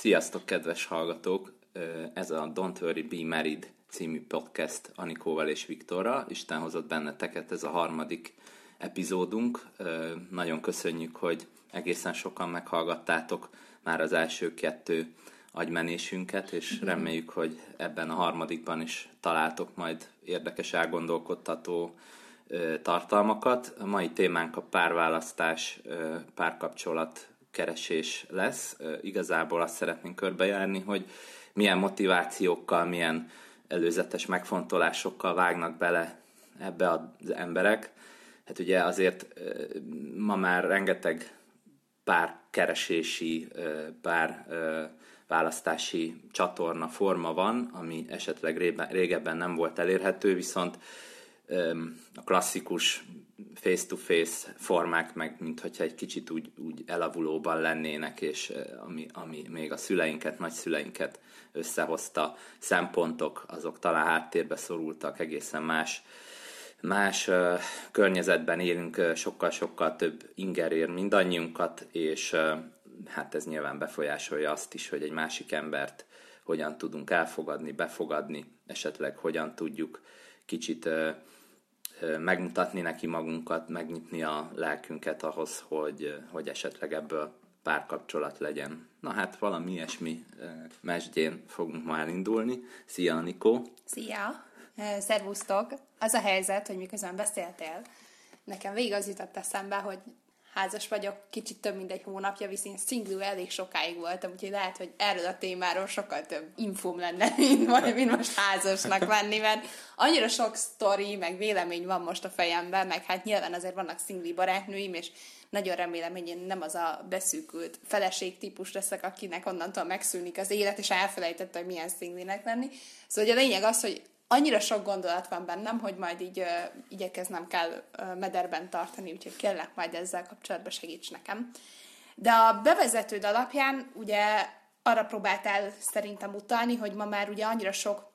Sziasztok, kedves hallgatók! Ez a Don't Worry, Be Married című podcast Anikóval és Viktorral. Isten hozott benneteket, ez a harmadik epizódunk. Nagyon köszönjük, hogy egészen sokan meghallgattátok már az első 2 agymenésünket, és reméljük, hogy ebben a harmadikban is találtok majd érdekes, elgondolkodtató tartalmakat. A mai témánk a párválasztás, párkapcsolat keresés lesz. Igazából azt szeretnénk körbejárni, hogy milyen motivációkkal, milyen előzetes megfontolásokkal vágnak bele ebbe az emberek. Hát ugye azért ma már rengeteg párkeresési, párválasztási csatorna forma van, ami esetleg régebben nem volt elérhető, viszont a klasszikus face-to-face formák meg, minthogyha egy kicsit úgy elavulóban lennének, és ami még a szüleinket, nagyszüleinket összehozta szempontok, azok talán háttérbe szorultak, egészen más környezetben élünk, sokkal-sokkal több inger ér mindannyiunkat, és hát ez nyilván befolyásolja azt is, hogy egy másik embert hogyan tudunk elfogadni, befogadni, esetleg hogyan tudjuk kicsit megmutatni neki magunkat, megnyitni a lelkünket ahhoz, hogy esetleg ebből párkapcsolat legyen. Na hát valami ilyesmi mesdjén fogunk ma elindulni. Szia, Anikó! Szia! Szervusztok! Az a helyzet, hogy miközben beszéltél, nekem végig az jutott eszembe, hogy házas vagyok, kicsit több mint egy hónapja, viszont szingül elég sokáig voltam, úgyhogy lehet, hogy erről a témáról sokkal több infóm lenne, mint most házasnak lenni, mert annyira sok sztori, meg vélemény van most a fejemben, meg hát nyilván azért vannak szingli barátnőim, és nagyon remélem, hogy én nem az a beszűkült feleség típus leszek, akinek onnantól megszűnik az élet, és elfelejtette, hogy milyen szinglinek lenni. Szóval a lényeg az, hogy annyira sok gondolat van bennem, hogy majd így igyekeznem kell mederben tartani, úgyhogy kérlek majd ezzel kapcsolatban segíts nekem. De a bevezetőd alapján ugye arra próbáltál szerintem utalni, hogy ma már ugye annyira sok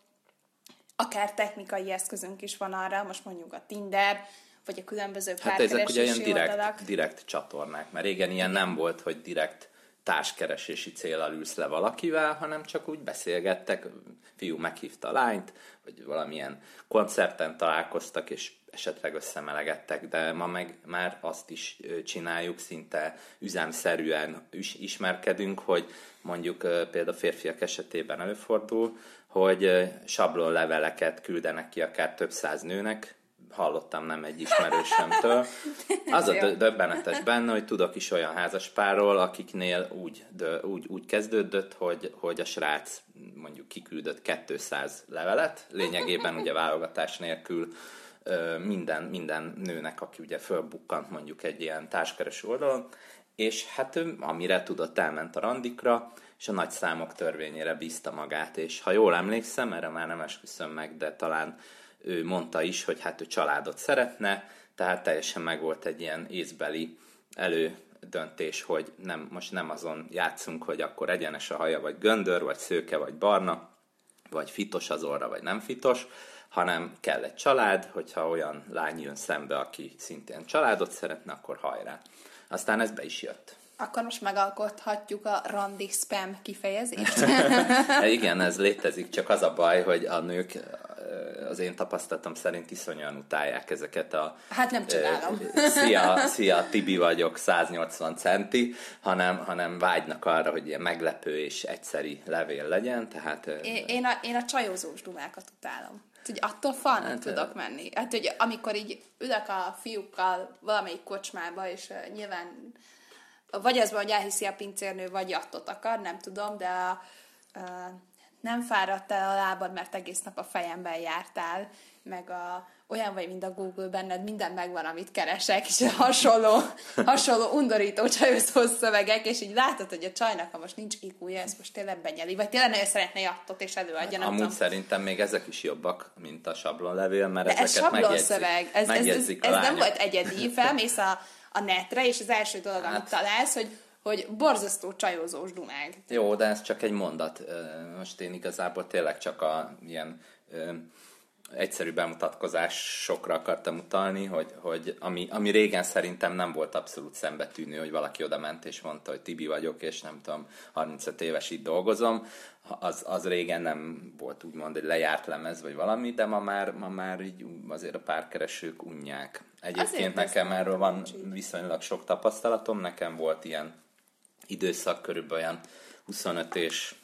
akár technikai eszközünk is van arra, most mondjuk a Tinder, vagy a különböző párkeresési oldalak. Hát ezek ugye ilyen direkt csatornák, mert régen ilyen nem volt, hogy direkt társkeresési céllal ülsz le valakivel, hanem csak úgy beszélgettek, fiú meghívta a lányt, vagy valamilyen koncerten találkoztak, és esetleg összemelegettek, de ma meg már azt is csináljuk, szinte üzemszerűen ismerkedünk, hogy mondjuk például férfiak esetében előfordul, hogy sablonleveleket küldenek ki akár több száz nőnek, hallottam nem egy ismerősömtől. Az a döbbenetes benne, hogy tudok is olyan házaspárról, akiknél úgy kezdődött, hogy a srác mondjuk kiküldött 200 levelet, lényegében ugye válogatás nélkül minden nőnek, aki ugye fölbukkant mondjuk egy ilyen társkereső oldalon, és hát amire tudott, elment a randikra, és a nagy számok törvényére bízta magát, és ha jól emlékszem, erre már nem esküszöm meg, de talán ő mondta is, hogy hát ő családot szeretne, tehát teljesen megvolt egy ilyen észbeli elődöntés, hogy most nem azon játszunk, hogy akkor egyenes a haja, vagy göndör, vagy szőke, vagy barna, vagy fitos az orra, vagy nem fitos, hanem kell egy család, hogyha olyan lány jön szembe, aki szintén családot szeretne, akkor hajrá. Aztán ez be is jött. Akkor most megalkothatjuk a randi spam kifejezést? Igen, ez létezik, csak az a baj, hogy a nők az én tapasztalatom szerint iszonyúan utálják ezeket a... Hát nem csodálom. Szia, Tibi vagyok, 180 centi, hanem vágynak arra, hogy ilyen meglepő és egyszeri levél legyen, tehát... Én a csajózós dumákat utálom. Hogy attól falnak tudok menni. Hát, hogy amikor így ülök a fiúkkal valamelyik kocsmába, és nyilván vagy az van, hogy elhiszi a pincérnő, vagy jattot akar, nem tudom, de nem fáradt el a lábad, mert egész nap a fejemben jártál, meg olyan vagy, mint a Google, benned minden megvan, amit keresek, és hasonló undorító csajozó szövegek, és így látod, hogy a csajnak, ha most nincs IQ-ja, ezt most tényleg benyeli, vagy tényleg nagyon szeretne jattot, és előadja, nem amúgy tudom. Szerintem még ezek is jobbak, mint a sablonlevél, mert de ezeket sablonszöveg. megjegyzik a ez lányok. nem volt egyedi, felmész a netre, és az első dolog, amit találsz, hogy borzasztó csajozós dumág. Jó, de ez csak egy mondat. Most én igazából tényleg csak ilyen egyszerű bemutatkozásokra akartam utalni, hogy ami régen szerintem nem volt abszolút szembetűnő, hogy valaki oda ment és mondta, hogy Tibi vagyok, és nem tudom, 35 éves itt dolgozom, az régen nem volt úgymond egy lejárt lemez, vagy valami, de ma már így azért a párkeresők unják. Egyébként nekem erről van viszonylag sok tapasztalatom, nekem volt ilyen időszak, körülbelül olyan 25 és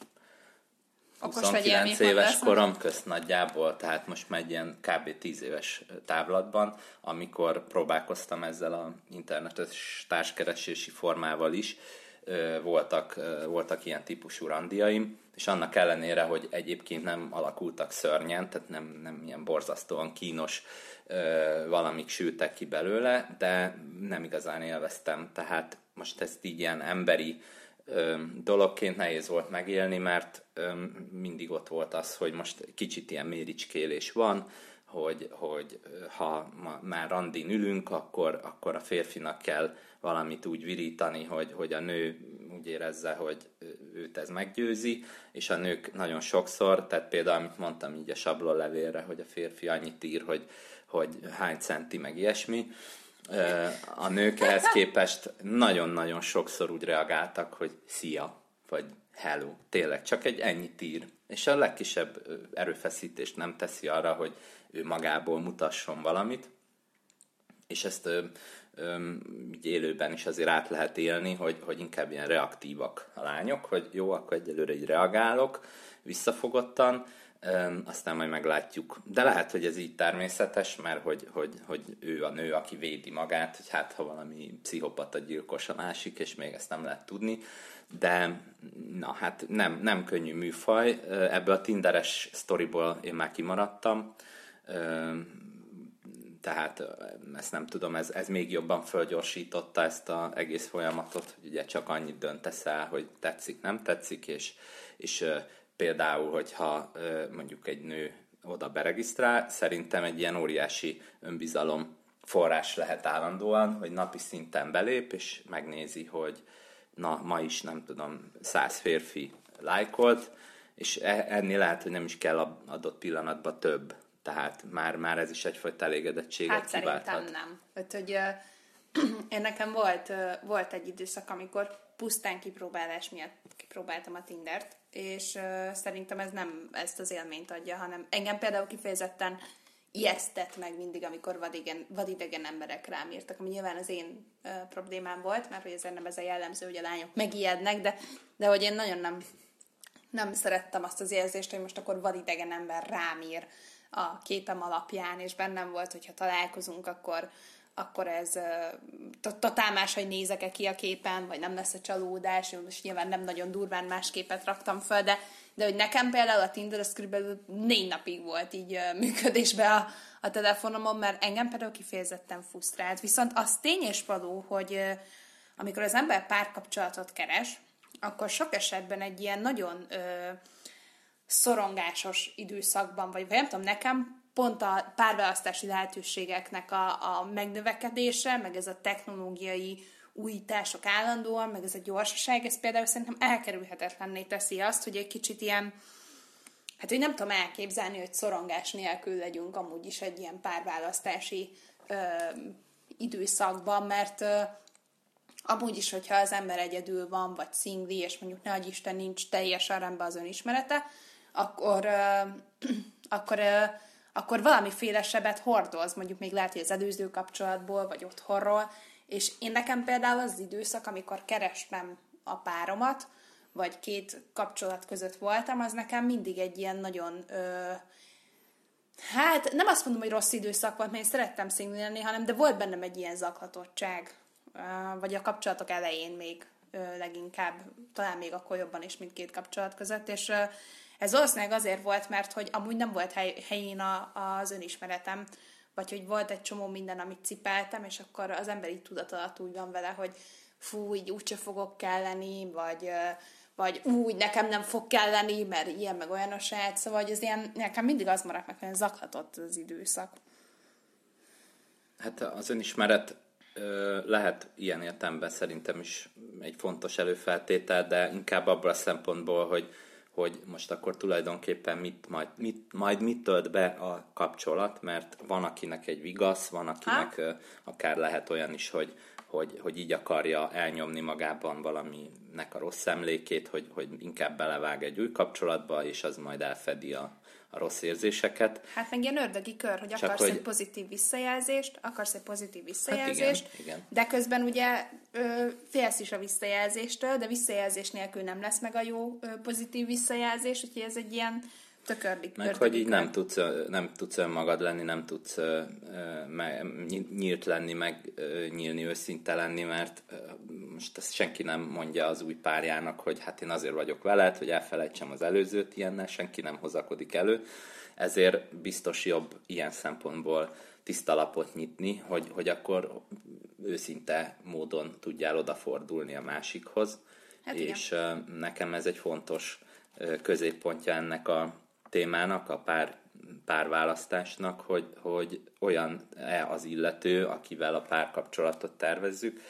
29 éves korom közt nagyjából, tehát most megy ilyen kb. 10 éves távlatban, amikor próbálkoztam ezzel az internetes társkeresési formával is, voltak ilyen típusú randiaim, és annak ellenére, hogy egyébként nem alakultak szörnyen, tehát nem ilyen borzasztóan kínos valamik sültek ki belőle, de nem igazán élveztem, tehát most ezt így ilyen emberi dologként nehéz volt megélni, mert mindig ott volt az, hogy most kicsit ilyen méricskélés van, hogy ha már randin ülünk, akkor a férfinak kell valamit úgy virítani, hogy a nő úgy érezze, hogy őt ez meggyőzi, és a nők nagyon sokszor, tehát például, amit mondtam így a sablonlevélre, hogy a férfi annyit ír, hogy hány centi, meg ilyesmi, a nők ehhez képest nagyon-nagyon sokszor úgy reagáltak, hogy szia, vagy hello, tényleg csak egy ennyit ír. És a legkisebb erőfeszítést nem teszi arra, hogy ő magából mutasson valamit, és ezt így élőben is azért át lehet élni, hogy inkább ilyen reaktívak a lányok, hogy jó, akkor egyelőre így reagálok visszafogottan, aztán majd meglátjuk. De lehet, hogy ez így természetes, mert hogy ő a nő, aki védi magát, hogy hát ha valami pszichopata gyilkos a másik, és még ezt nem lehet tudni, de na hát nem könnyű műfaj. Ebből a Tinderes sztoriból én már kimaradtam, tehát ezt nem tudom, ez még jobban fölgyorsította ezt az egész folyamatot, hogy ugye csak annyit döntesz el, hogy tetszik, nem tetszik, és például, hogyha mondjuk egy nő oda beregisztrál, szerintem egy ilyen óriási önbizalom forrás lehet állandóan, hogy napi szinten belép, és megnézi, hogy na, ma is nem tudom, 100 férfi lájkolt, és ennél lehet, hogy nem is kell adott pillanatban több. Tehát már ez is egyfajta elégedettséget kiválthat. Hát szerintem nem. Hogy én nekem volt egy időszak, amikor pusztán kipróbálás miatt kipróbáltam a Tindert, és szerintem ez nem ezt az élményt adja, hanem engem például kifejezetten ijesztett meg mindig, amikor vadidegen emberek rám írtak, ami nyilván az én problémám volt, mert hogy ezért nem ez a jellemző, hogy a lányok megijednek, de hogy én nagyon nem szerettem azt az érzést, hogy most akkor vadidegen ember rám ír a képem alapján, és bennem volt, hogyha találkozunk, akkor ez totál más, hogy nézek-e ki a képen, vagy nem lesz a csalódás, most nyilván nem nagyon durván más képet raktam föl, de hogy nekem például a Tinder az kb. 4 napig volt így működésbe a telefonomon, mert engem például kifejezetten frusztrált. Viszont az tény és való, hogy amikor az ember párkapcsolatot keres, akkor sok esetben egy ilyen nagyon szorongásos időszakban, vagy nem tudom, nekem pont a párválasztási lehetőségeknek a megnövekedése, meg ez a technológiai újítások állandóan, meg ez a gyorsaság, ez például szerintem elkerülhetetlenné teszi azt, hogy egy kicsit ilyen, hát hogy nem tudom elképzelni, hogy szorongás nélkül legyünk amúgy is egy ilyen párválasztási időszakban, mert amúgy is, hogyha az ember egyedül van, vagy szingli, és mondjuk ne adj Isten nincs teljesen rendben az önismerete, akkor valamiféle sebet hordoz, mondjuk még lehet, hogy az előző kapcsolatból, vagy otthonról, és én nekem például az időszak, amikor kerestem a páromat, vagy 2 kapcsolat között voltam, az nekem mindig egy ilyen nagyon, hát nem azt mondom, hogy rossz időszak volt, mert én szerettem szingli lenni, hanem de volt bennem egy ilyen zaklatottság, vagy a kapcsolatok elején még leginkább, talán még akkor jobban is, mint 2 kapcsolat között, és ez valószínűleg azért volt, mert hogy amúgy nem volt helyén az önismeretem, vagy hogy volt egy csomó minden, amit cipeltem, és akkor az emberi tudat alatt úgy van vele, hogy fú, így úgyse fogok kelleni, vagy úgy nekem nem fog kelleni, mert ilyen meg olyan a srác, szóval hogy az ilyen, nekem mindig az maradt meg, hogy zaklatott az időszak. Hát az önismeret lehet ilyen értelemben szerintem is egy fontos előfeltétel, de inkább abban a szempontból, hogy most akkor tulajdonképpen mit tölt be a kapcsolat, mert van akinek egy vigasz, van akinek akár lehet olyan is, hogy így akarja elnyomni magában valaminek a rossz emlékét, hogy inkább belevág egy új kapcsolatba, és az majd elfedi a rossz érzéseket. Hát meg ilyen ördögi kör, hogy akarsz egy pozitív visszajelzést, Hát igen. de közben ugye félsz is a visszajelzéstől, de visszajelzés nélkül nem lesz meg a jó pozitív visszajelzés, úgyhogy ez egy ilyen tök ördögi meg hogy így nem tudsz önmagad lenni, nem tudsz nyílt lenni, meg nyílni, őszinte lenni, mert most ezt senki nem mondja az új párjának, hogy hát én azért vagyok veled, hogy elfelejtsem az előzőt, ilyennel senki nem hozakodik elő, ezért biztos jobb ilyen szempontból tiszta lapot nyitni, hogy akkor őszinte módon tudjál odafordulni a másikhoz, hát és nekem ez egy fontos középpontja ennek a témának, a párválasztásnak, hogy olyan-e az illető, akivel a párkapcsolatot tervezzük,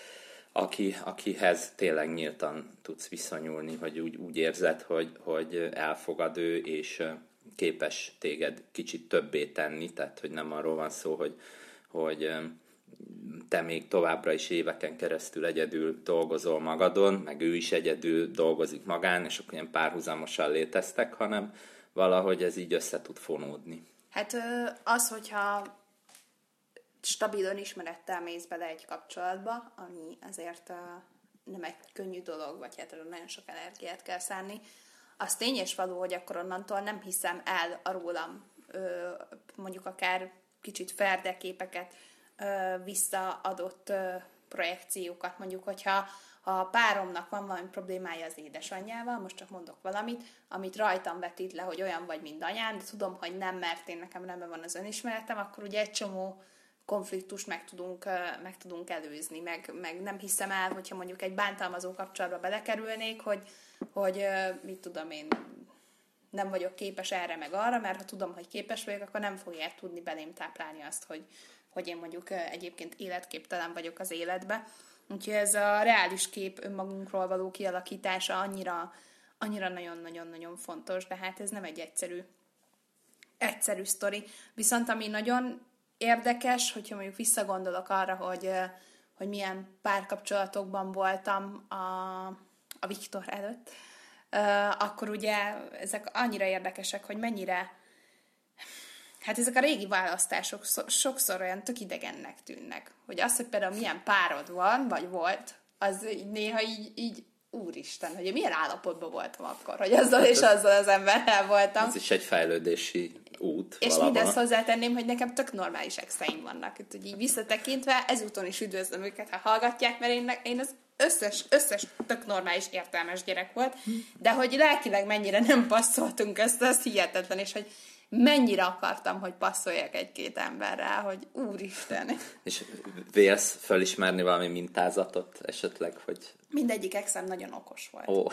akihez tényleg nyíltan tudsz viszonyulni, hogy úgy érzed, hogy elfogad ő, és képes téged kicsit többé tenni, tehát hogy nem arról van szó, hogy te még továbbra is éveken keresztül egyedül dolgozol magadon, meg ő is egyedül dolgozik magán, és akkor ilyen párhuzamosan léteztek, hanem valahogy ez így össze tud fonódni. Hát az, hogyha stabilan ismerettel mész bele egy kapcsolatba, ami azért nem egy könnyű dolog, vagy hát nagyon sok energiát kell szánni, az tény és való, hogy akkor onnantól nem hiszem el a rólam mondjuk akár kicsit ferdeképeket visszaadott projekciókat. Mondjuk, hogyha a páromnak van valami problémája az édesanyjával, most csak mondok valamit, amit rajtam vetít le, hogy olyan vagy, mint anyám, de tudom, hogy nem, mert nekem rendben van az önismeretem, akkor ugye egy csomó konfliktust meg tudunk előzni, meg nem hiszem el, hogyha mondjuk egy bántalmazó kapcsolatba belekerülnék, hogy mit tudom én, nem vagyok képes erre meg arra, mert ha tudom, hogy képes vagyok, akkor nem fogják tudni belém táplálni azt, hogy én mondjuk egyébként életképtelen vagyok az életbe. Úgyhogy ez a reális kép önmagunkról való kialakítása annyira nagyon-nagyon-nagyon fontos, de hát ez nem egy egyszerű sztori. Viszont ami nagyon érdekes, hogyha mondjuk visszagondolok arra, hogy milyen párkapcsolatokban voltam a Viktor előtt, akkor ugye ezek annyira érdekesek, hogy mennyire, hát ezek a régi választások sokszor olyan tök idegennek tűnnek. Hogy az, hogy például milyen párod van, vagy volt, az néha így úristen, hogy milyen állapotban voltam akkor, hogy azzal és azzal az emberrel voltam. Ez is egy fejlődési út. És mindezt hozzátenném, hogy nekem tök normális exeim vannak. Itt, hogy így visszatekintve, ezúton is üdvözlöm őket, ha hallgatják, mert én az összes tök normális, értelmes gyerek volt, de hogy lelkileg mennyire nem passzoltunk össze, az hihetetlen, és hogy mennyire akartam, hogy passzoljak egy-két emberrel, hogy úristen. És vélsz felismerni valami mintázatot esetleg, hogy... Mindegyik exem nagyon okos volt. Ó.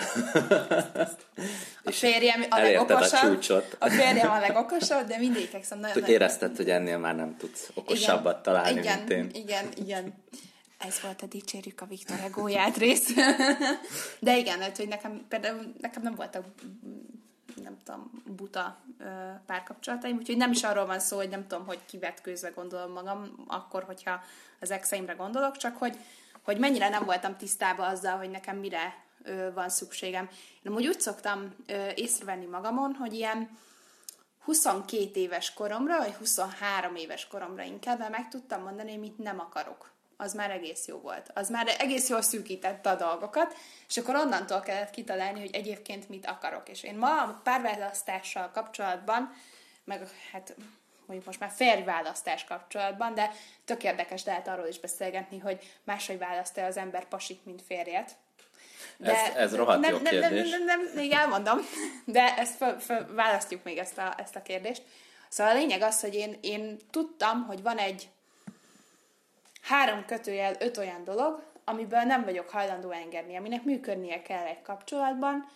A férjem a legokosabb. A férjem a legokosabb, de mindegyik exem nagyon... Érezted, hogy ennél már nem tudsz okosabbat találni, mint én. Igen. Ez volt a dicsérjük a Viktor egóját rész. De igen, hogy nekem nem voltak nem tudom, buta párkapcsolataim, úgyhogy nem is arról van szó, hogy nem tudom, hogy kivetkőzve gondolom magam, akkor, hogyha az exeimre gondolok, csak hogy mennyire nem voltam tisztában azzal, hogy nekem mire van szükségem. Én amúgy úgy szoktam észrevenni magamon, hogy ilyen 22 éves koromra, vagy 23 éves koromra inkább meg tudtam mondani, hogy mit nem akarok. Az már egész jó volt. Az már egész jól szűkítette a dolgokat, és akkor onnantól kellett kitalálni, hogy egyébként mit akarok. És én ma a párválasztással kapcsolatban, meg hát mondjuk most már férjválasztás kapcsolatban, de tök érdekes lehet arról is beszélgetni, hogy máshogy választ-e az ember pasit, mint férjet. De ez rohadt jó kérdés. Nem, még elmondom, de választjuk még ezt a kérdést. Szóval a lényeg az, hogy én tudtam, hogy van egy 3/5 olyan dolog, amiből nem vagyok hajlandó engedni, aminek működnie kell egy kapcsolatban,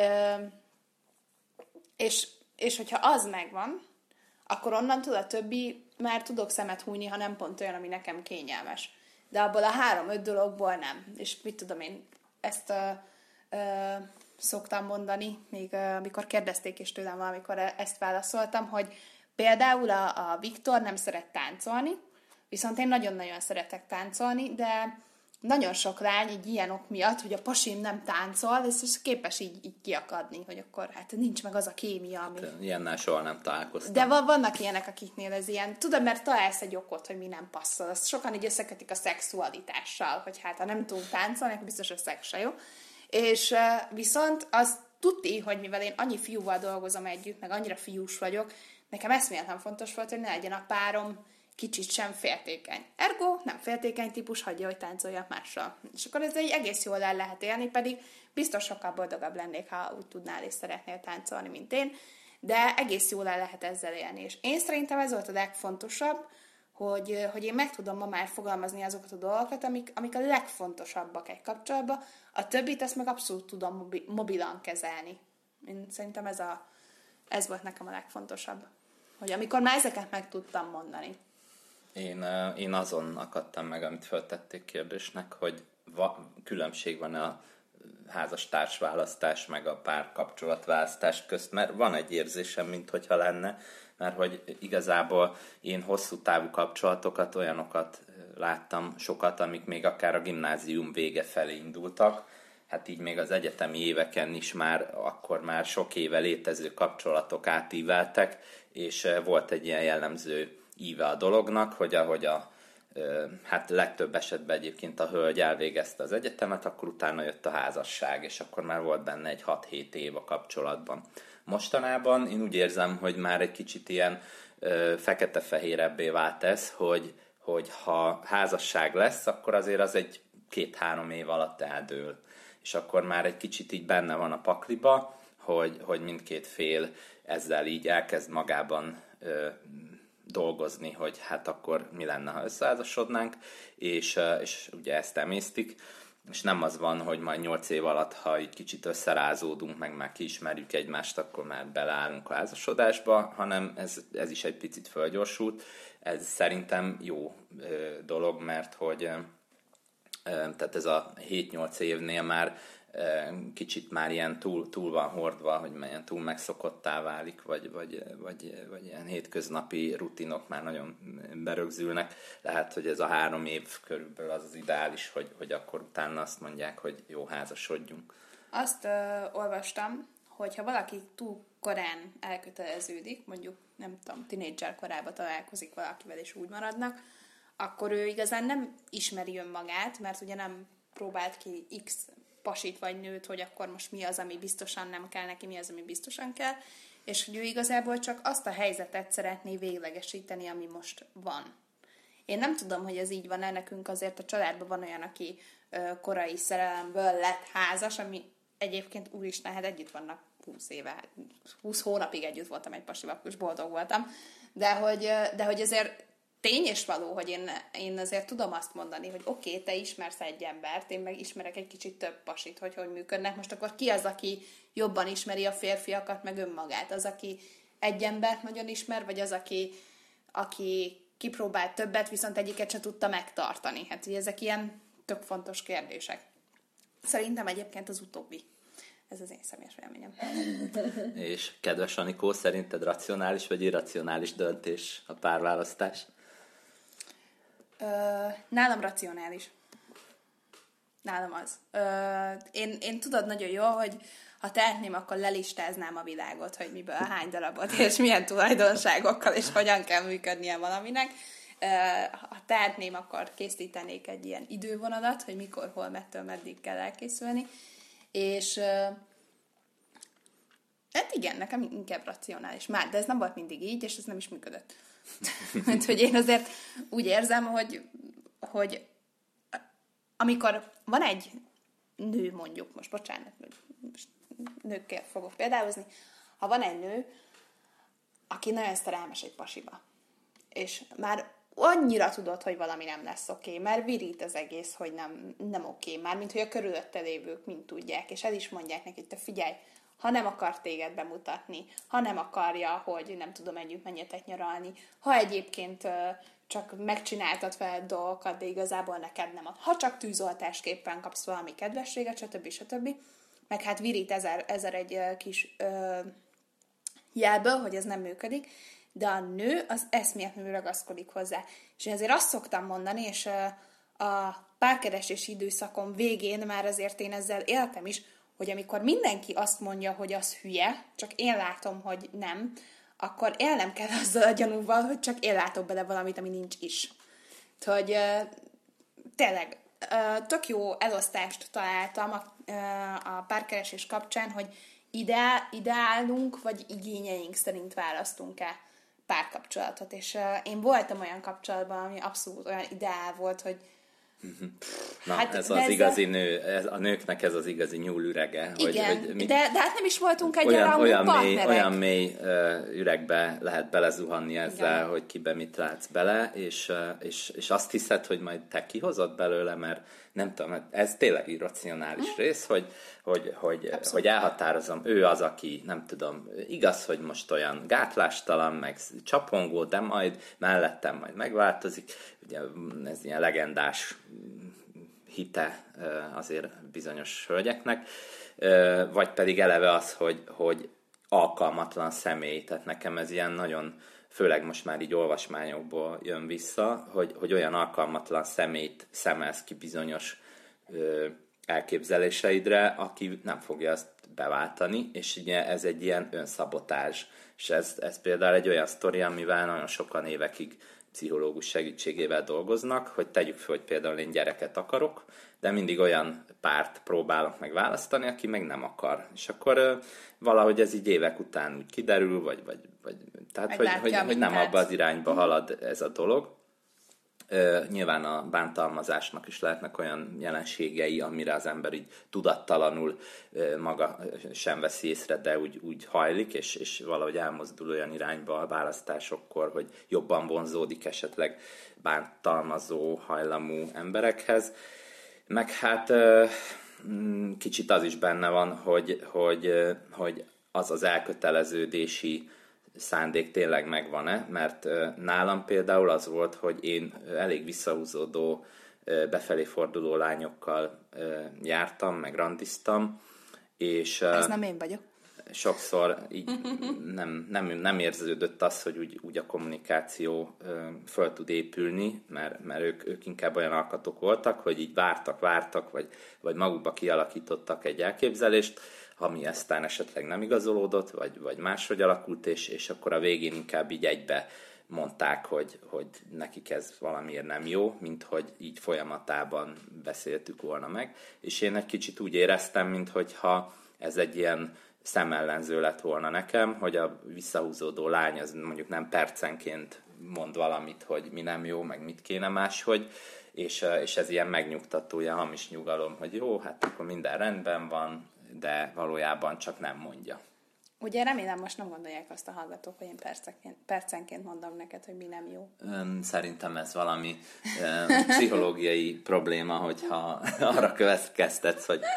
és hogyha az megvan, akkor onnantól a többi már tudok szemet hújni, ha nem pont olyan, ami nekem kényelmes. De abból a 3-5 dologból nem. És mit tudom én, ezt szoktam mondani, még amikor kérdezték is tőlem valamikor ezt válaszoltam, hogy például a Viktor nem szeret táncolni, viszont én nagyon-nagyon szeretek táncolni, de nagyon sok lány egy ilyen ok miatt, hogy a pasim nem táncol, és képes így kiakadni, hogy akkor hát nincs meg az a kémia, ami... Ilyennel soha nem találkoztam. De vannak ilyenek, akiknél ez ilyen, tudod, mert találsz egy okot, hogy mi nem passzol. Azt sokan így összekötik a szexualitással, hogy hát ha nem tud táncolni, akkor biztos a szex se jó. És viszont az tudti, hogy mivel én annyi fiúval dolgozom együtt, meg annyira fiús vagyok, nekem eszméletlen fontos volt, hogy ne legyen a párom kicsit sem féltékeny. Ergo nem féltékeny típus, hagyja, hogy táncoljak mással. És akkor ez egy egész jól el lehet élni, pedig biztos sokkal boldogabb lennék, ha úgy tudnál és szeretnél táncolni, mint én, de egész jól el lehet ezzel élni. És én szerintem ez volt a legfontosabb, hogy én meg tudom ma már fogalmazni azokat a dolgokat, amik a legfontosabbak egy kapcsolatban, a többit ezt meg abszolút tudom mobilan kezelni. Én szerintem ez volt nekem a legfontosabb, hogy amikor már ezeket meg tudtam mondani. Én azon akadtam meg, amit föltették kérdésnek, hogy különbség van a házastársválasztás meg a párkapcsolatválasztás közt, mert van egy érzésem, minthogyha lenne, mert hogy igazából én hosszú távú kapcsolatokat, olyanokat láttam sokat, amik még akár a gimnázium vége felé indultak, hát így még az egyetemi éveken is akkor már sok éve létező kapcsolatok átíveltek, és volt egy ilyen jellemző íve a dolognak, hogy ahogy hát legtöbb esetben egyébként a hölgy elvégezte az egyetemet, akkor utána jött a házasság, és akkor már volt benne egy 6-7 év a kapcsolatban. Mostanában én úgy érzem, hogy már egy kicsit ilyen fekete-fehérebbé vált ez, hogy ha házasság lesz, akkor azért az egy 2-3 év alatt eldől. És akkor már egy kicsit így benne van a pakliba, hogy mindkét fél ezzel így elkezd magában dolgozni, hogy hát akkor mi lenne, ha összeházasodnánk, és ugye ezt emésztik, és nem az van, hogy majd 8 év alatt, ha így kicsit összerázódunk, meg már kiismerjük egymást, akkor már beleállunk a házasodásba, hanem ez is egy picit fölgyorsult. Ez szerintem jó dolog, mert hogy tehát ez a 7-8 évnél már kicsit már ilyen túl van hordva, hogy ilyen túl megszokottá válik, vagy ilyen hétköznapi rutinok már nagyon berögzülnek. Lehet, hogy ez a 3 év körülbelül az ideális, hogy akkor utána azt mondják, hogy jó, házasodjunk. Azt olvastam, hogy ha valaki túl korán elköteleződik, mondjuk nem tudom, tinédzser korában találkozik valakivel és úgy maradnak, akkor ő igazán nem ismeri önmagát, mert ugye nem próbált ki X pasit vagy nőt, hogy akkor most mi az, ami biztosan nem kell neki, mi az, ami biztosan kell, és hogy ő igazából csak azt a helyzetet szeretné véglegesíteni, ami most van. Én nem tudom, hogy ez így van-e, nekünk azért a családban van olyan, aki korai szerelemből lett házas, ami egyébként úristen, hát együtt vannak 20 éve, 20 hónapig együtt voltam egy pasival, és boldog voltam, de hogy azért tény és való, hogy én azért tudom azt mondani, hogy oké, te ismersz egy embert, én meg ismerek egy kicsit több pasit, hogy működnek. Most akkor ki az, aki jobban ismeri a férfiakat, meg önmagát? Az, aki egy embert nagyon ismer, vagy az, aki kipróbált többet, viszont egyiket se tudta megtartani? Hát ugye ezek ilyen tök fontos kérdések. Szerintem egyébként az utóbbi. Ez az én személyes véleményem. És kedves Anikó, szerinted racionális vagy irracionális döntés a párválasztás? Nálam racionális. Nálam az. Én tudod nagyon jó, hogy ha tehetném, akkor lelistáznám a világot, hogy miből hány darabot, és milyen tulajdonságokkal, és hogyan kell működnie valaminek. Ha tehetném, akkor készítenék egy ilyen idővonalat, hogy mikor, hol, mettől, meddig kell elkészülni. És hát igen, nekem inkább racionális. Már, de ez nem volt mindig így, és ez nem is működött. Mert hogy én azért úgy érzem, hogy amikor van egy nő, mondjuk, most bocsánat, most nőkkel fogok példálozni, ha van egy nő, aki nagyon szerelmes egy pasiba, és már annyira tudod, hogy valami nem lesz oké, már virít az egész, hogy nem oké, már mint hogy a körülötte lévők mind tudják, és el is mondják neki, hogy te figyelj, ha nem akar téged bemutatni, ha nem akarja, hogy nem tudom, együtt menjetek nyaralni, ha egyébként csak megcsináltad fel dolgokat, de igazából neked nem ad. Ha csak tűzoltásképpen kapsz valami kedvességet, stb. meg hát virít ezer egy kis jelből, hogy ez nem működik, de a nő az eszméletlenül ragaszkodik hozzá. És én azért azt szoktam mondani, és a párkeresési időszakom végén már azért én ezzel éltem is, hogy amikor mindenki azt mondja, hogy az hülye, csak én látom, hogy nem, akkor élnem kell azzal a gyanúval, hogy csak én látok bele valamit, ami nincs is. Hogy tényleg tök jó elosztást találtam a párkeresés kapcsán, hogy ideálunk, vagy igényeink szerint választunk-e párkapcsolatot. És én voltam olyan kapcsolatban, ami abszolút olyan ideál volt, hogy na, hát ez az igazi nő, a nőknek ez az igazi nyúlürege. Igen, hogy de hát nem is voltunk olyan partnerek. Olyan mély üregbe lehet belezuhanni ezzel, igen, hogy kibe mit látsz bele, és azt hiszed, hogy majd te kihozod belőle, mert nem tudom, ez tényleg irracionális rész, hogy elhatározom, ő az, aki nem tudom, igaz, hogy most olyan gátlástalan, meg csapongó, de majd mellettem majd megváltozik. Ugye ez ilyen legendás hite azért bizonyos hölgyeknek, vagy pedig eleve az, hogy alkalmatlan személy, tehát nekem ez ilyen nagyon, főleg most már így olvasmányokból jön vissza, hogy olyan alkalmatlan személyt szemelsz ki bizonyos elképzeléseidre, aki nem fogja azt beváltani, és ugye ez egy ilyen önszabotázs. És ez például egy olyan sztori, amivel nagyon sokan évekig pszichológus segítségével dolgoznak, hogy tegyük fel, hogy például én gyereket akarok, de mindig olyan párt próbálok meg választani, aki meg nem akar. És akkor valahogy ez így évek után úgy kiderül, vagy tehát hogy nem abba az irányba halad ez a dolog. Nyilván a bántalmazásnak is lehetnek olyan jelenségei, amire az ember így tudattalanul maga sem veszi észre, de úgy hajlik, és valahogy elmozdul olyan irányba a választásokkor, hogy jobban vonzódik esetleg bántalmazó hajlamú emberekhez. Meg hát kicsit az is benne van, hogy az elköteleződési szándék tényleg megvan-e, mert nálam például az volt, hogy én elég visszahúzódó, befelé forduló lányokkal jártam, meg randiztam, és ez nem én vagyok. Sokszor így nem érződött az, hogy úgy a kommunikáció föl tud épülni, mert ők inkább olyan alkatok voltak, hogy így vártak, vagy magukba kialakítottak egy elképzelést, ami aztán esetleg nem igazolódott, vagy máshogy alakult, és akkor a végén inkább így egybe mondták, hogy nekik ez valamiért nem jó, mint hogy így folyamatában beszéltük volna meg. És én egy kicsit úgy éreztem, minthogyha ez egy ilyen szemellenző lett volna nekem, hogy a visszahúzódó lány az mondjuk nem percenként mond valamit, hogy mi nem jó, meg mit kéne máshogy, és ez ilyen megnyugtató, ilyen hamis nyugalom, hogy jó, hát akkor minden rendben van, de valójában csak nem mondja. Ugye remélem most nem gondolják azt a hallgatók, hogy én percenként mondom neked, hogy mi nem jó. Szerintem ez valami pszichológiai probléma, hogyha arra következtetsz, hogy,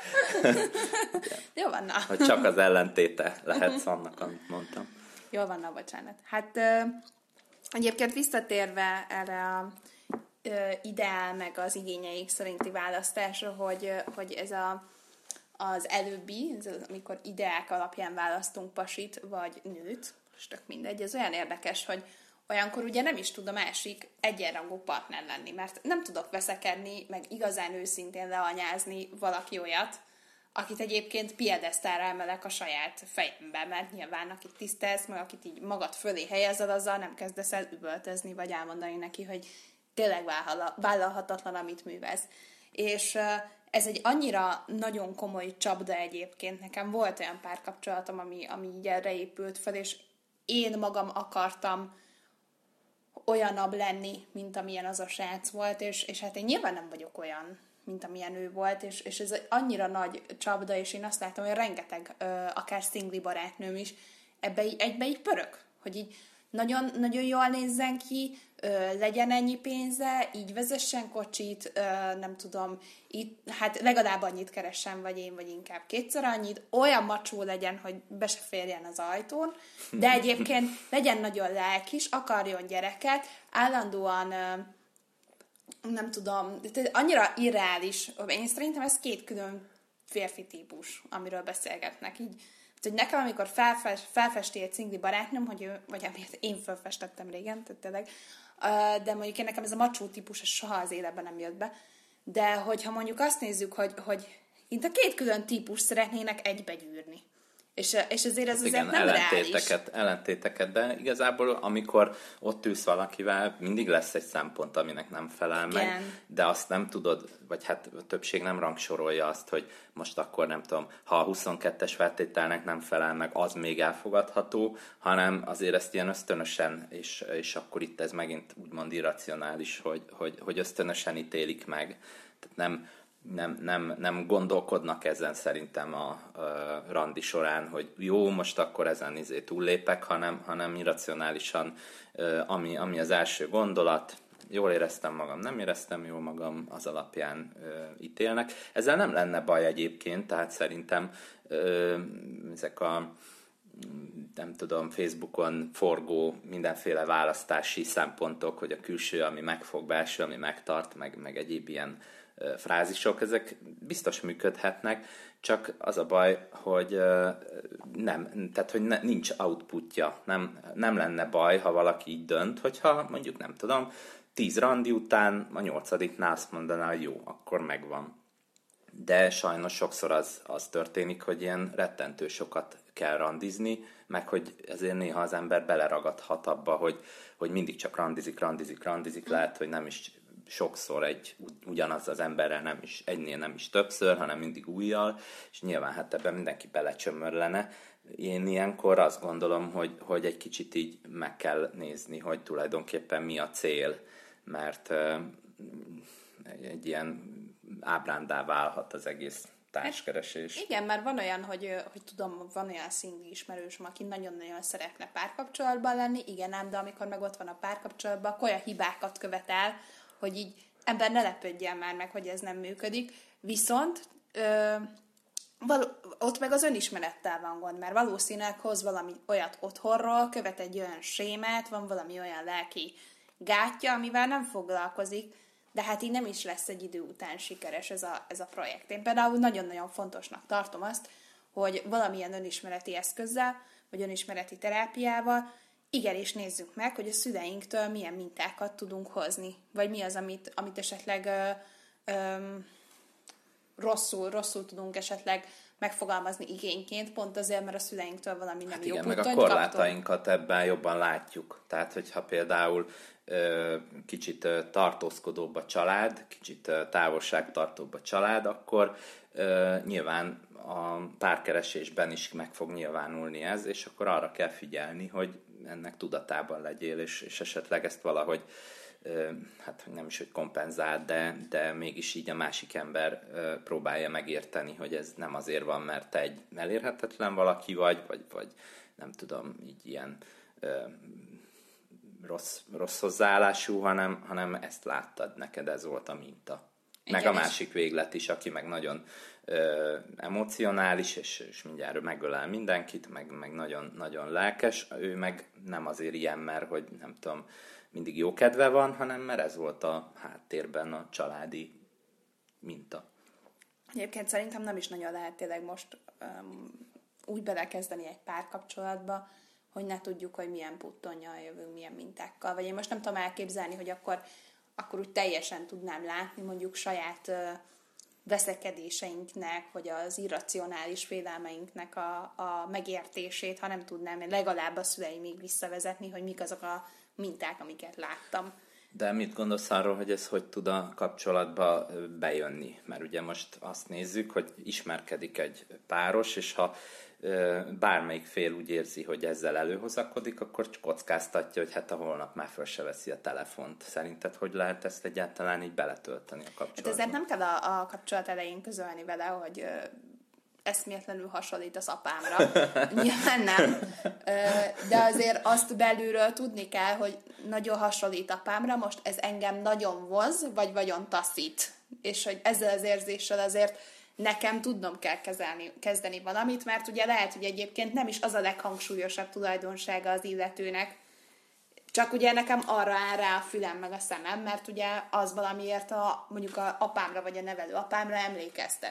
jó van, na. hogy csak az ellentéte lehetsz annak, amit mondtam. Jól van, na, bocsánat. Hát egyébként visszatérve erre a ideál meg az igényeik szerinti választásra, hogy ez az előbbi, amikor ideák alapján választunk pasit vagy nőt, most tök mindegy, ez olyan érdekes, hogy olyankor ugye nem is tud a másik egyenrangú partner lenni, mert nem tudok veszekedni, meg igazán őszintén leanyázni valaki olyat, akit egyébként piedesztára emelek a saját fejembe, mert nyilván akit tisztelsz, meg akit így magad fölé helyezed, azzal nem kezdesz el üvöltözni, vagy elmondani neki, hogy tényleg vállalhatatlan, amit művelsz. És ez egy annyira nagyon komoly csapda egyébként. Nekem volt olyan párkapcsolatom, ami így erre épült fel, és én magam akartam olyanabb lenni, mint amilyen az a srác volt, és hát én nyilván nem vagyok olyan, mint amilyen ő volt, és ez egy annyira nagy csapda, és én azt látom, hogy rengeteg, akár szingli barátnőm is egybe így pörög, hogy így nagyon, nagyon jól nézzen ki, legyen ennyi pénze, így vezessen kocsit, nem tudom, itt, hát legalább annyit keressen, vagy én, vagy inkább kétszer annyit, olyan macsó legyen, hogy be se férjen az ajtón, de egyébként legyen nagyon lelkis, akarjon gyereket, állandóan, nem tudom, annyira irreális, én szerintem ez két külön férfi típus, amiről beszélgetnek. Így, hogy nekem, amikor felfesti egy szingli barátnőm, hogy ő, vagy amit én felfestettem régen, tehát tényleg, de mondjuk én nekem ez a macsó típus, ez soha az életben nem jött be. De hogyha mondjuk azt nézzük, hogy itt a két külön típus szeretnének egybegyűrni. És azért ez igen, azért nem ellentéteket, de igazából amikor ott ülsz valakivel, mindig lesz egy szempont, aminek nem felel meg, de azt nem tudod, vagy hát a többség nem rangsorolja azt, hogy most akkor nem tudom, ha a 22-es feltételnek nem felel meg, az még elfogadható, hanem azért ezt ilyen ösztönösen, és akkor itt ez megint úgymond irracionális, hogy ösztönösen ítélik meg. Tehát nem gondolkodnak ezen szerintem a randi során, hogy jó, most akkor ezen túllépek, hanem irracionálisan, ami az első gondolat, jól éreztem magam, nem éreztem jól magam, az alapján ítélnek. Ezzel nem lenne baj egyébként, tehát szerintem ezek a nem tudom, Facebookon forgó mindenféle választási szempontok, hogy a külső, ami megfog, belső, ami megtart, meg egyéb ilyen frázisok, ezek biztos működhetnek, csak az a baj, hogy tehát hogy nincs outputja. Nem lenne baj, ha valaki így dönt, hogyha mondjuk nem tudom, 10 randi után a 8-nál azt mondaná, hogy jó, akkor megvan. De sajnos sokszor az történik, hogy ilyen rettentő sokat kell randizni, meg hogy ezért néha az ember beleragadhat abba, hogy mindig csak randizik, lehet, hogy nem is sokszor ugyanaz az emberrel nem is, egynél nem is többször, hanem mindig újjal, és nyilván hát ebben mindenki belecsömörlene. Én ilyenkor azt gondolom, hogy egy kicsit így meg kell nézni, hogy tulajdonképpen mi a cél, mert egy ilyen ábrándá válhat az egész társkeresés. Igen, mert van olyan, hogy tudom, van olyan szingli ismerősöm, aki nagyon-nagyon szeretne párkapcsolatban lenni, igen ám, de amikor meg ott van a párkapcsolatban, akkor olyan hibákat követel, hogy így ember ne lepődjen már meg, hogy ez nem működik. Viszont ott meg az önismerettel van gond, mert valószínűleg hoz valami olyat otthonról, követ egy olyan sémát, van valami olyan lelki gátja, amivel nem foglalkozik, de hát így nem is lesz egy idő után sikeres ez a projekt. Én például nagyon-nagyon fontosnak tartom azt, hogy valamilyen önismereti eszközzel, vagy önismereti terápiával igenis nézzük meg, hogy a szüleinktől milyen mintákat tudunk hozni, vagy mi az, amit esetleg rosszul tudunk esetleg megfogalmazni igényként, pont azért, mert a szüleinktől valami nem jó meg a korlátainkat ebben jobban látjuk. Tehát, hogyha például kicsit tartózkodóbb a család, kicsit távolságtartóbb a család, akkor nyilván a párkeresésben is meg fog nyilvánulni ez, és akkor arra kell figyelni, hogy ennek tudatában legyél, és esetleg ezt valahogy hát nem is, hogy kompenzál, de mégis így a másik ember próbálja megérteni, hogy ez nem azért van, mert te egy elérhetetlen valaki vagy nem tudom, így ilyen rossz hozzáállású, hanem ezt láttad, neked ez volt a minta. Meg a másik véglet is, aki meg nagyon emocionális, és mindjárt megölel mindenkit, meg nagyon, nagyon lelkes, ő meg nem azért ilyen, mert hogy nem tudom, mindig jó kedve van, hanem mert ez volt a háttérben a családi minta. Egyébként szerintem nem is nagyon lehet tényleg most úgy belekezdeni egy párkapcsolatba, hogy ne tudjuk, hogy milyen puttonnyal jövünk, milyen mintákkal. Vagy én most nem tudom elképzelni, hogy akkor úgy teljesen tudnám látni mondjuk saját veszekedéseinknek, vagy az irracionális félelmeinknek a megértését, ha nem tudnám legalább a szüleimig visszavezetni, hogy mik azok a minták, amiket láttam. De mit gondolsz arról, hogy ez hogy tud a kapcsolatba bejönni? Mert ugye most azt nézzük, hogy ismerkedik egy páros, és ha bármelyik fél úgy érzi, hogy ezzel előhozakodik, akkor kockáztatja, hogy hát a holnap már föl se veszi a telefont. Szerinted hogy lehet ezt egyáltalán így beletölteni a kapcsolatba? Hát ezért nem kell a kapcsolat elején közölni vele, hogy eszméletlenül hasonlít az apámra. Nyilván nem. De azért azt belülről tudni kell, hogy nagyon hasonlít apámra, most ez engem nagyon vonz, vagy nagyon taszít. És hogy ezzel az érzéssel azért nekem tudnom kell kezdeni valamit, mert ugye lehet, hogy egyébként nem is az a leghangsúlyosabb tulajdonsága az illetőnek, csak ugye nekem arra áll rá a fülem meg a szemem, mert ugye az valamiért mondjuk a apámra vagy a nevelő apámra emlékeztet.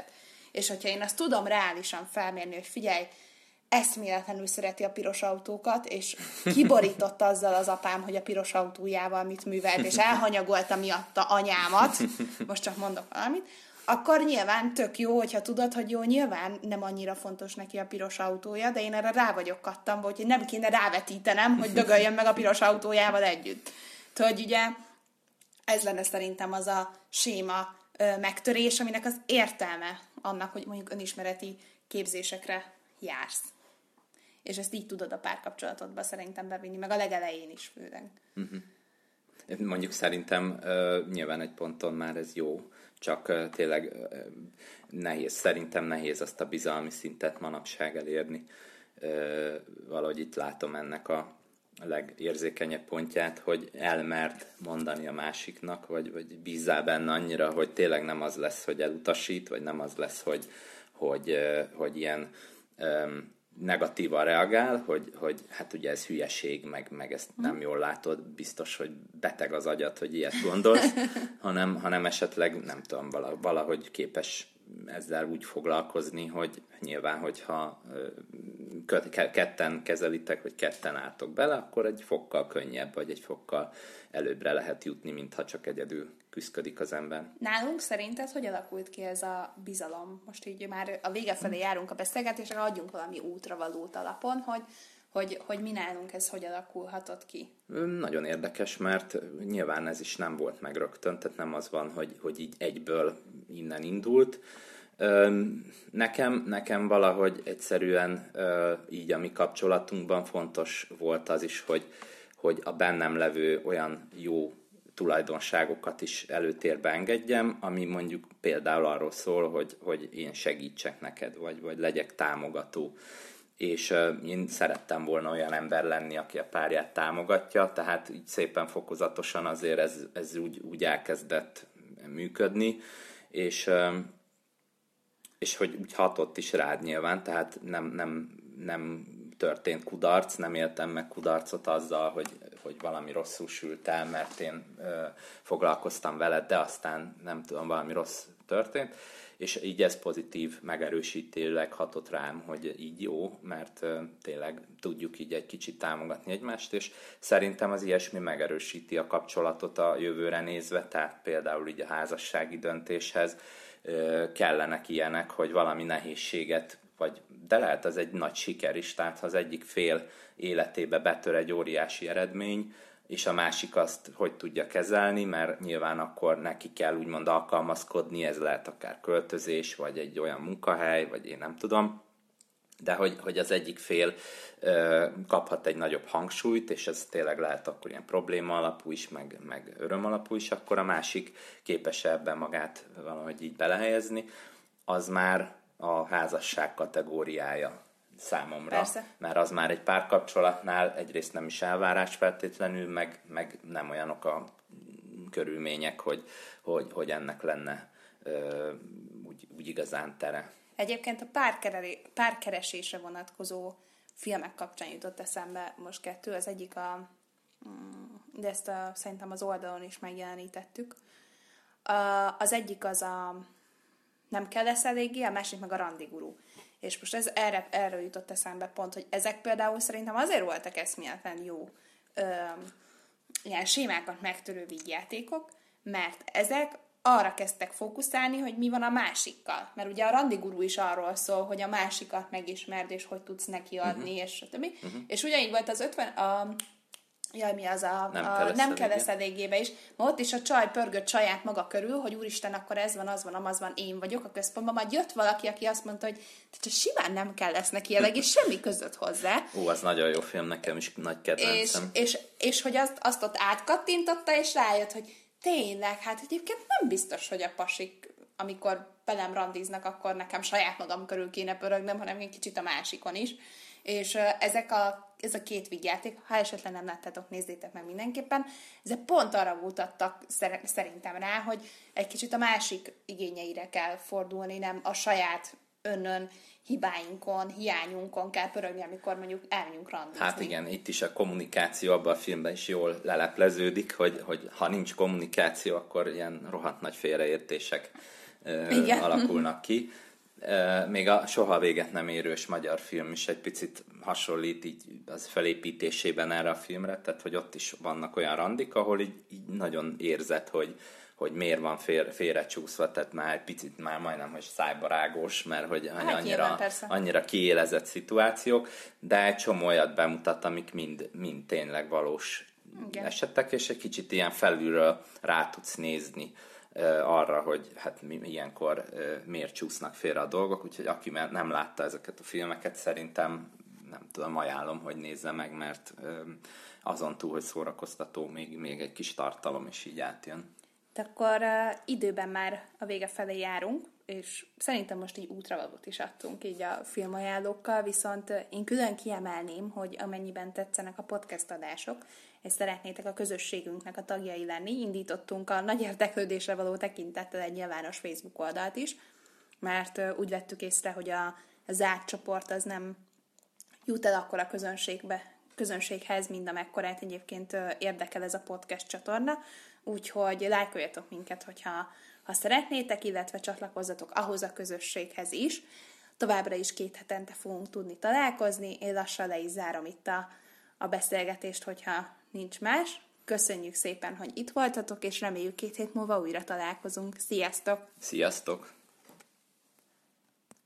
És hogyha én azt tudom reálisan felmérni, hogy figyelj, eszméletlenül szereti a piros autókat, és kiborított azzal az apám, hogy a piros autójával mit művelt, és elhanyagolta miatta anyámat, most csak mondok valamit, akkor nyilván tök jó, hogyha tudod, hogy jó, nyilván nem annyira fontos neki a piros autója, de én erre rá vagyok kattanva, úgyhogy nem kéne rávetítenem, hogy dögöljön meg a piros autójával együtt. Tehát ugye ez lenne szerintem az a séma megtörés, aminek az értelme annak, hogy mondjuk önismereti képzésekre jársz. És ezt így tudod a párkapcsolatodba szerintem bevinni, meg a legelején is főleg. Mondjuk szerintem nyilván egy ponton már ez jó, csak tényleg szerintem nehéz azt a bizalmi szintet manapság elérni. Valahogy itt látom ennek a legérzékenyebb pontját, hogy elmert mondani a másiknak, vagy bízzál benne annyira, hogy tényleg nem az lesz, hogy elutasít, vagy nem az lesz, hogy ilyen negatívan reagál, hogy hát ugye ez hülyeség, meg ezt nem jól látod, biztos, hogy beteg az agyad, hogy ilyet gondolsz, hanem esetleg, nem tudom, valahogy képes ezzel úgy foglalkozni, hogy nyilván, hogyha ketten kezelitek, vagy ketten álltok bele, akkor egy fokkal könnyebb, vagy egy fokkal előbbre lehet jutni, mintha csak egyedül küszködik az ember. Nálunk szerinted hogy alakult ki ez a bizalom? Most így már a vége felé járunk a beszélgetésre, adjunk valami útravalót alapon, hogy mi nálunk ez hogy alakulhatott ki? Nagyon érdekes, mert nyilván ez is nem volt meg rögtön, tehát nem az van, hogy így egyből innen indult. Nekem valahogy egyszerűen így a mi kapcsolatunkban fontos volt az is, hogy a bennem levő olyan jó tulajdonságokat is előtérbe engedjem, ami mondjuk például arról szól, hogy én segítsek neked, vagy legyek támogató. És én szerettem volna olyan ember lenni, aki a párját támogatja, tehát így szépen fokozatosan azért ez úgy elkezdett működni, és hogy úgy hatott is rád nyilván, tehát nem történt kudarc, nem éltem meg kudarcot azzal, hogy valami rosszul sült el, mert én foglalkoztam veled, de aztán nem tudom, valami rossz történt, és így ez pozitív megerősítőleg hatott rám, hogy így jó, mert tényleg tudjuk így egy kicsit támogatni egymást, és szerintem az ilyesmi megerősíti a kapcsolatot a jövőre nézve, tehát például így a házassági döntéshez kellenek ilyenek, hogy valami nehézséget, de lehet az egy nagy siker is, tehát ha az egyik fél életébe betör egy óriási eredmény, és a másik azt hogy tudja kezelni, mert nyilván akkor neki kell úgymond alkalmazkodni, ez lehet akár költözés, vagy egy olyan munkahely, vagy én nem tudom, de hogy az egyik fél kaphat egy nagyobb hangsúlyt, és ez tényleg lehet akkor ilyen probléma alapú is, meg öröm alapú is, akkor a másik képes ebben magát valahogy így belehelyezni, az már a házasság kategóriája számomra. Persze. Mert az már egy párkapcsolatnál egyrészt nem is elvárás feltétlenül, meg nem olyanok a körülmények, hogy ennek lenne úgy igazán tere. Egyébként a párkeresésre vonatkozó filmek kapcsán jutott eszembe most kettő. Az egyik de ezt szerintem az oldalon is megjelenítettük. Az egyik az a Nem kell lesz eléggé, a másik meg a Randiguru. És most erről jutott eszembe pont, hogy ezek például szerintem azért voltak eszméletlen jó ilyen sémákat megtörő vígjátékok, mert ezek arra kezdtek fókuszálni, hogy mi van a másikkal. Mert ugye a Randiguru is arról szól, hogy a másikat megismerd, és hogy tudsz neki adni, és stb. És ugyanígy volt az 50... Nem kell lesz elégébe is. Ma ott is a csaj pörgött saját maga körül, hogy úristen, akkor ez van, az van, én vagyok a központban. Majd jött valaki, aki azt mondta, hogy csak simán nem kell lesz neki elég, és semmi között hozzá. Az nagyon jó film, nekem is nagy kedvencem. És hogy azt ott átkattintotta, és rájött, hogy tényleg, hát egyébként nem biztos, hogy a pasik, amikor velem randiznak, akkor nekem saját magam körül kéne pörögnöm, hanem egy kicsit a másikon is. És ez a két vígjáték, ha esetleg nem láttátok, nézzétek meg mindenképpen, ezek pont arra mutattak szerintem rá, hogy egy kicsit a másik igényeire kell fordulni, nem a saját önön, hibáinkon, hiányunkon kell pörögni, amikor mondjuk elmegyünk randizni. Hát igen, itt is a kommunikáció abban a filmben is jól lelepleződik, hogy ha nincs kommunikáció, akkor ilyen rohadt nagy félreértések alakulnak ki. Még a Soha véget nem érős magyar film is egy picit hasonlít így az felépítésében erre a filmre, tehát hogy ott is vannak olyan randik, ahol így nagyon érzed, hogy miért van félrecsúszva, tehát már egy picit már majdnem, hogy szájbarágos, mert hogy annyira kiélezett szituációk, de egy csomó olyat bemutat, amik mind tényleg valós esetek, és egy kicsit ilyen felülről rá tudsz nézni arra, hogy hát ilyenkor miért csúsznak félre a dolgok, úgyhogy aki nem látta ezeket a filmeket, szerintem nem tudom, ajánlom, hogy nézze meg, mert azon túl, hogy szórakoztató, még egy kis tartalom is így átjön. De akkor időben már a vége felé járunk, és szerintem most így útravalót is adtunk így a filmajánlókkal, viszont én külön kiemelném, hogy amennyiben tetszenek a podcast adások, és szeretnétek a közösségünknek a tagjai lenni, indítottunk a nagy érdeklődésre való tekintettel egy nyilvános Facebook oldalt is, mert úgy vettük észre, hogy a zárt csoport az nem jut el akkor a közönséghez, mint amekkorát egyébként érdekel ez a podcast csatorna, úgyhogy lájkoljatok minket, hogyha szeretnétek, illetve csatlakozzatok ahhoz a közösséghez is. Továbbra is 2 hetente fogunk tudni találkozni, én lassan le is zárom itt a beszélgetést, hogyha nincs más. Köszönjük szépen, hogy itt voltatok, és reméljük 2 hét múlva újra találkozunk. Sziasztok! Sziasztok!